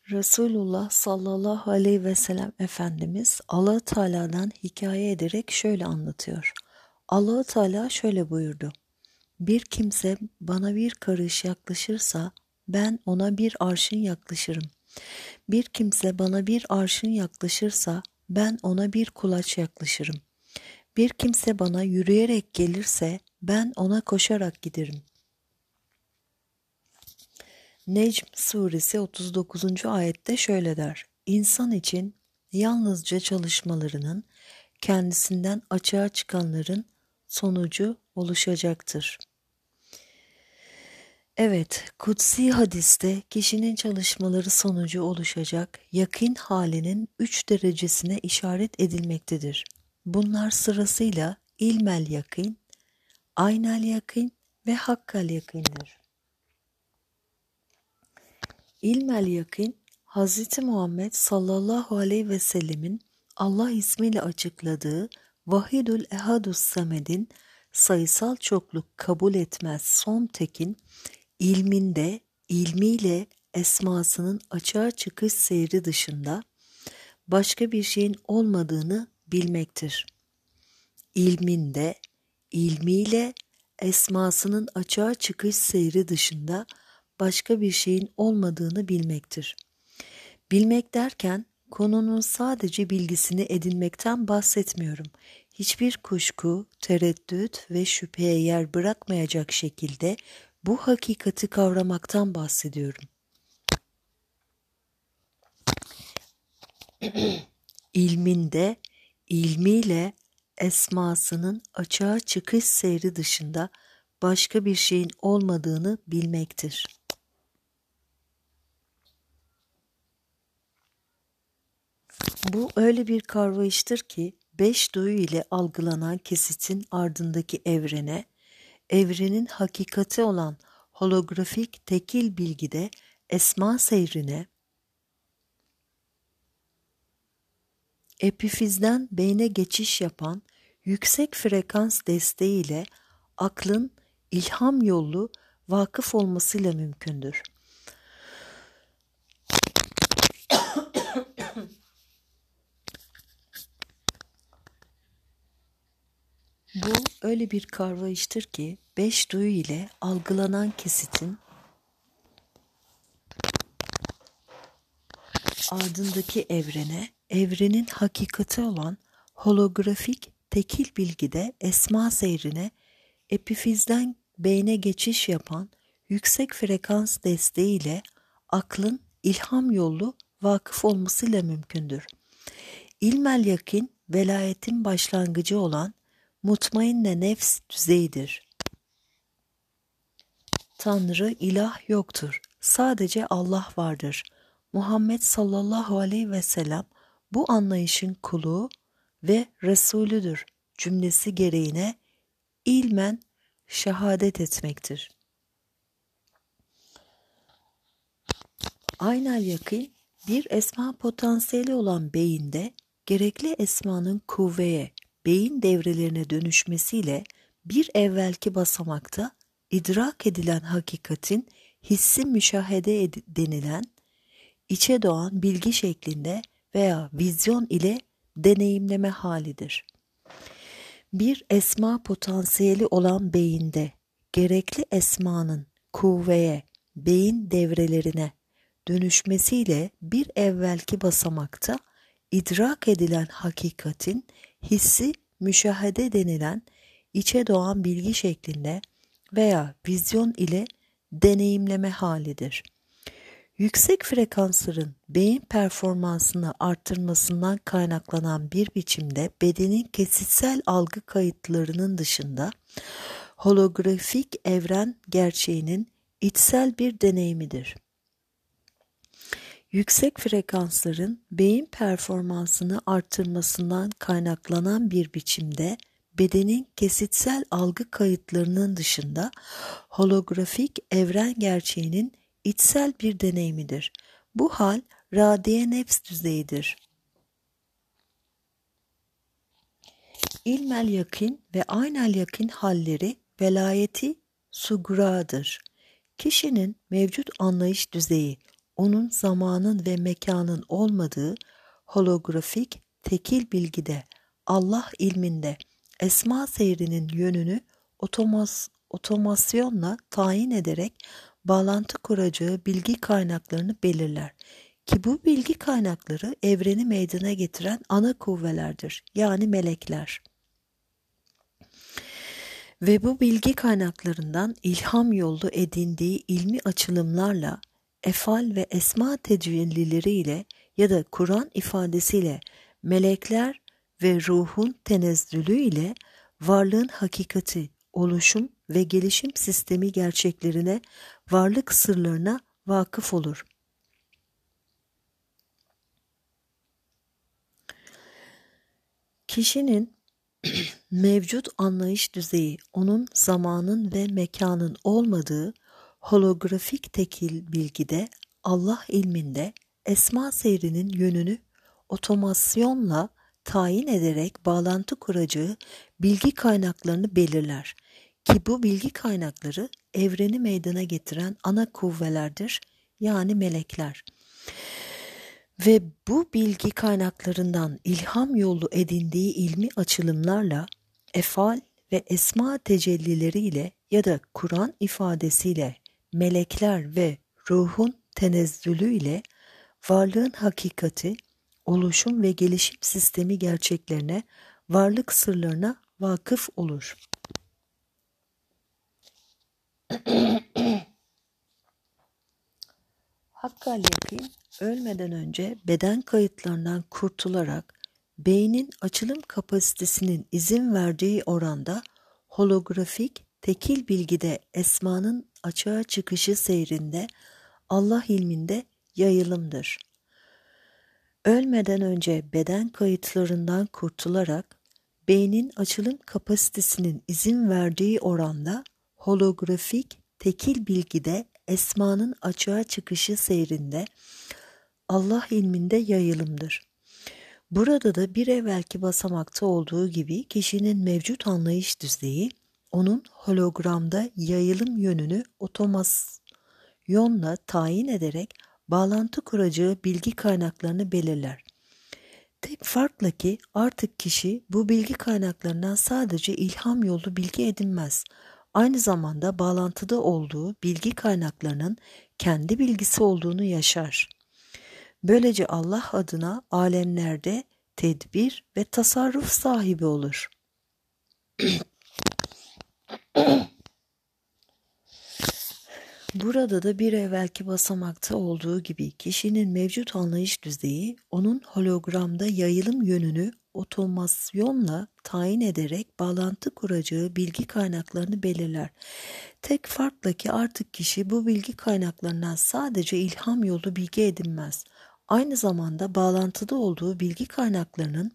Resulullah sallallahu aleyhi ve sellem Efendimiz Allah-u Teala'dan hikaye ederek şöyle anlatıyor. Allah-u Teala şöyle buyurdu. Bir kimse bana bir karış yaklaşırsa ben ona bir arşın yaklaşırım. Bir kimse bana bir arşın yaklaşırsa ben ona bir kulaç yaklaşırım. Bir kimse bana yürüyerek gelirse ben ona koşarak giderim. Necm suresi 39. ayette şöyle der. İnsan için yalnızca çalışmalarının kendisinden açığa çıkanların sonucu oluşacaktır. Evet, kutsi hadiste kişinin çalışmaları sonucu oluşacak yakîn halinin 3 derecesine işaret edilmektedir. Bunlar sırasıyla ilmel yakîn, aynel yakîn ve hakkal yakîndir. İlmel yakîn, Hz. Muhammed sallallahu aleyhi ve sellemin Allah ismiyle açıkladığı Vahidül Ehadus Samed'in sayısal çokluk kabul etmez son tekin ilminde, ilmiyle esmasının açığa çıkış seyri dışında başka bir şeyin olmadığını bilmektir. İlminde, ilmiyle esmasının açığa çıkış seyri dışında başka bir şeyin olmadığını bilmektir. Bilmek derken konunun sadece bilgisini edinmekten bahsetmiyorum. Hiçbir kuşku, tereddüt ve şüpheye yer bırakmayacak şekilde bu hakikati kavramaktan bahsediyorum. İlminde, ilmiyle esmasının açığa çıkış seyri dışında başka bir şeyin olmadığını bilmektir. Bu öyle bir kavrayıştır ki 5 duyu ile algılanan kesitin ardındaki evrene, evrenin hakikati olan holografik tekil bilgide esma seyrine, epifizden beyne geçiş yapan yüksek frekans desteğiyle aklın ilham yolu vakıf olmasıyla mümkündür. Bu öyle bir kavrayıştır ki 5 duyu ile algılanan kesitin ardındaki evrene, evrenin hakikati olan holografik tekil bilgide esma seyrine, epifizden beyne geçiş yapan yüksek frekans desteğiyle aklın ilham yolu vakıf olmasıyla mümkündür. İlmel yakîn, velayetin başlangıcı olan mutmainne nefs düzeyidir. Tanrı, ilah yoktur. Sadece Allah vardır. Muhammed sallallahu aleyhi ve sellem bu anlayışın kulu ve Resulüdür cümlesi gereğine ilmen şehadet etmektir. Aynel yakîn, bir esma potansiyeli olan beyinde gerekli esmanın kuvveye, beyin devrelerine dönüşmesiyle bir evvelki basamakta idrak edilen hakikatin hissi müşahede denilen içe doğan bilgi şeklinde veya vizyon ile deneyimleme halidir. Bir esma potansiyeli olan beyinde gerekli esmanın kuvveye, beyin devrelerine dönüşmesiyle bir evvelki basamakta idrak edilen hakikatin hissi müşahede denilen içe doğan bilgi şeklinde veya vizyon ile deneyimleme halidir. Yüksek frekansların beyin performansını arttırmasından kaynaklanan bir biçimde bedenin kesitsel algı kayıtlarının dışında holografik evren gerçeğinin içsel bir deneyimidir. Yüksek frekansların beyin performansını arttırmasından kaynaklanan bir biçimde bedenin kesitsel algı kayıtlarının dışında holografik evren gerçeğinin içsel bir deneyimidir. Bu hal radiye nefs düzeyidir. İlmel yakîn ve aynel yakîn halleri velayeti sugradır. Kişinin mevcut anlayış düzeyi onun zamanın ve mekanın olmadığı holografik tekil bilgide, Allah ilminde, esma seyrinin yönünü otomasyonla tayin ederek bağlantı kuracağı bilgi kaynaklarını belirler. Ki bu bilgi kaynakları evreni meydana getiren ana kuvvelerdir, yani melekler. Ve bu bilgi kaynaklarından ilham yolu edindiği ilmi açılımlarla, efal ve esma tecellileriyle ya da Kur'an ifadesiyle melekler ve ruhun tenezzülü ile varlığın hakikati, oluşum ve gelişim sistemi gerçeklerine, varlık sırlarına vakıf olur. Kişinin mevcut anlayış düzeyi onun zamanın ve mekanın olmadığı holografik tekil bilgide, Allah ilminde, esma seyrinin yönünü otomasyonla tayin ederek bağlantı kuracağı bilgi kaynaklarını belirler. Ki bu bilgi kaynakları evreni meydana getiren ana kuvvelerdir, yani melekler. Ve bu bilgi kaynaklarından ilham yolu edindiği ilmi açılımlarla, efal ve esma tecellileriyle ya da Kur'an ifadesiyle melekler ve ruhun tenezzülüyle varlığın hakikati, oluşum ve gelişim sistemi gerçeklerine, varlık sırlarına vakıf olur. Hakkal yakîn, ölmeden önce beden kayıtlarından kurtularak beynin açılım kapasitesinin izin verdiği oranda holografik tekil bilgide esmanın açığa çıkışı seyrinde Allah ilminde yayılımdır. Ölmeden önce beden kayıtlarından kurtularak beynin açılım kapasitesinin izin verdiği oranda holografik tekil bilgide esmanın açığa çıkışı seyrinde Allah ilminde yayılımdır. Burada da bir evvelki basamakta olduğu gibi kişinin mevcut anlayış düzeyi onun hologramda yayılım yönünü otomasyonla tayin ederek bağlantı kuracağı bilgi kaynaklarını belirler. Tek farkla ki artık kişi bu bilgi kaynaklarından sadece ilham yolu bilgi edinmez. Aynı zamanda bağlantıda olduğu bilgi kaynaklarının kendi bilgisi olduğunu yaşar. Böylece Allah adına alemlerde tedbir ve tasarruf sahibi olur. Burada da bir evvelki basamakta olduğu gibi kişinin mevcut anlayış düzeyi onun hologramda yayılım yönünü otomasyonla tayin ederek bağlantı kuracağı bilgi kaynaklarını belirler. Tek farkla ki artık kişi bu bilgi kaynaklarından sadece ilham yolu bilgi edinmez. Aynı zamanda bağlantıda olduğu bilgi kaynaklarının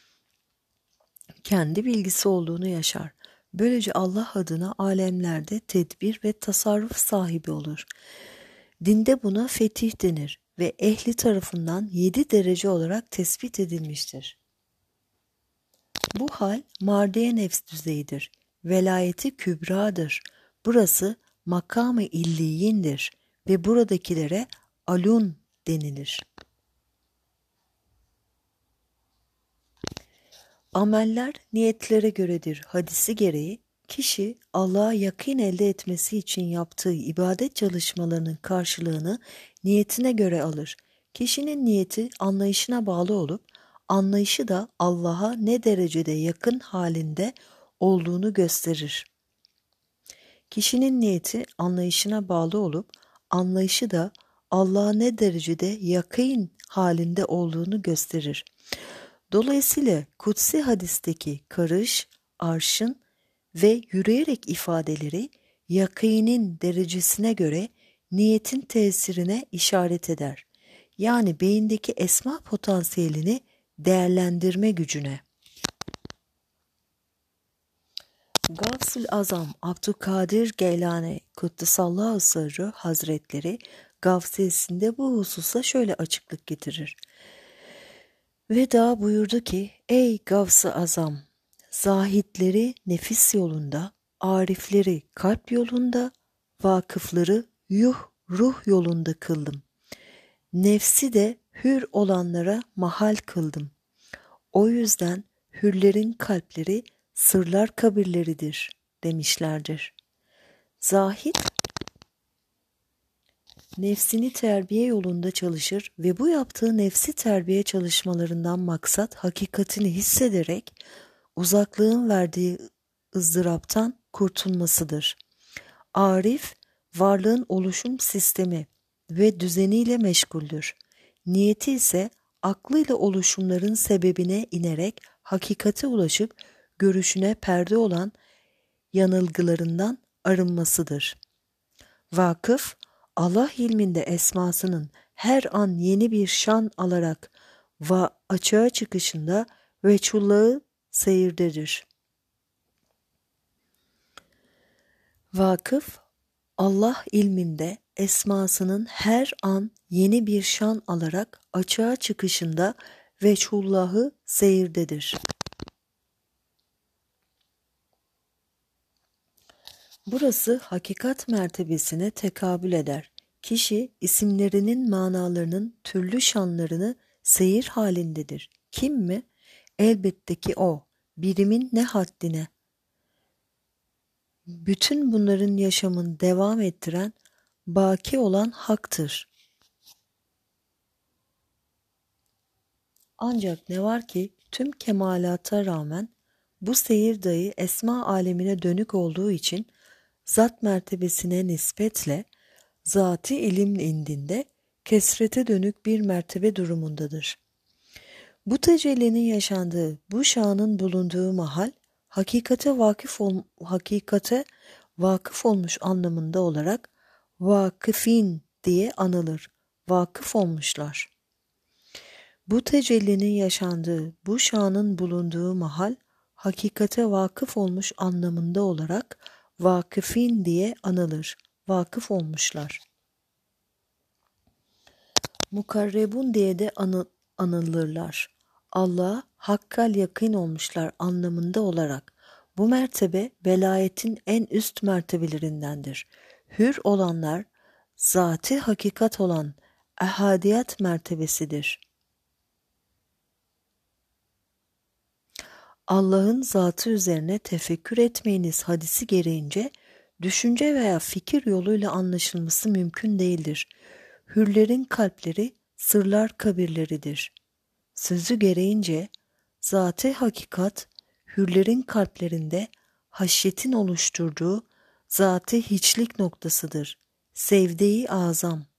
kendi bilgisi olduğunu yaşar. Böylece Allah adına alemlerde tedbir ve tasarruf sahibi olur. Dinde buna fetih denir ve ehli tarafından 7 derece olarak tespit edilmiştir. Bu hal mardiye nefs düzeyidir. Velayeti kübradır. Burası makam-ı illiyindir ve buradakilere alun denilir. Ameller niyetlere göredir hadisi gereği kişi Allah'a yakın elde etmesi için yaptığı ibadet çalışmalarının karşılığını niyetine göre alır. Kişinin niyeti anlayışına bağlı olup anlayışı da Allah'a ne derecede yakın halinde olduğunu gösterir. Kişinin niyeti anlayışına bağlı olup anlayışı da Allah'a ne derecede yakın halinde olduğunu gösterir. Dolayısıyla kutsi hadisteki karış, arşın ve yürüyerek ifadeleri yakînin derecesine göre niyetin tesirine işaret eder. Yani beyindeki esma potansiyelini değerlendirme gücüne. Gavs-ül Azam Abdülkadir Geylani Kuddesallahu Sırrı Hazretleri Gavsiyesinde bu hususa şöyle açıklık getirir. Veda buyurdu ki, ey Gavs-ı Azam, zahitleri nefis yolunda, arifleri kalp yolunda, vakıfları ruh yolunda kıldım. Nefsi de hür olanlara mahal kıldım. O yüzden hürlerin kalpleri sırlar kabirleridir demişlerdir. Zahid nefsini terbiye yolunda çalışır ve bu yaptığı nefsi terbiye çalışmalarından maksat hakikatini hissederek uzaklığın verdiği ızdıraptan kurtulmasıdır. Arif, varlığın oluşum sistemi ve düzeniyle meşguldür. Niyeti ise aklıyla oluşumların sebebine inerek hakikate ulaşıp görüşüne perde olan yanılgılarından arınmasıdır. Vakıf, Allah ilminde esmasının her an yeni bir şan alarak açığa çıkışında veçhullahı seyirdedir. Vakıf, Allah ilminde esmasının her an yeni bir şan alarak açığa çıkışında veçhullahı seyirdedir. Burası hakikat mertebesine tekabül eder. Kişi isimlerinin manalarının türlü şanlarını seyir halindedir. Kim mi? Elbette ki o, birimin ne haddine. Bütün bunların yaşamını devam ettiren, baki olan haktır. Ancak ne var ki tüm kemalata rağmen bu seyir dahi esma alemine dönük olduğu için zat mertebesine nispetle zati ilim indinde kesrete dönük bir mertebe durumundadır. Bu tecellinin yaşandığı, bu şanın bulunduğu mahal, hakikate vakıf olmuş anlamında olarak vakıfin diye anılır. Vakıf olmuşlar. Bu tecellinin yaşandığı, bu şanın bulunduğu mahal, hakikate vakıf olmuş anlamında olarak vakıfin diye anılır. Vakıf olmuşlar. Mukarrebun diye de anılırlar. Allah'a hakkal yakın olmuşlar anlamında olarak. Bu mertebe velayetin en üst mertebelerindendir. Hür olanlar zati hakikat olan ehadiyet mertebesidir. Allah'ın zatı üzerine tefekkür etmeyiniz hadisi gereğince düşünce veya fikir yoluyla anlaşılması mümkün değildir. Hürlerin kalpleri sırlar kabirleridir. Sözü gereğince zat-ı hakikat hürlerin kalplerinde haşyetin oluşturduğu zat-ı hiçlik noktasıdır. Sevde-i azam.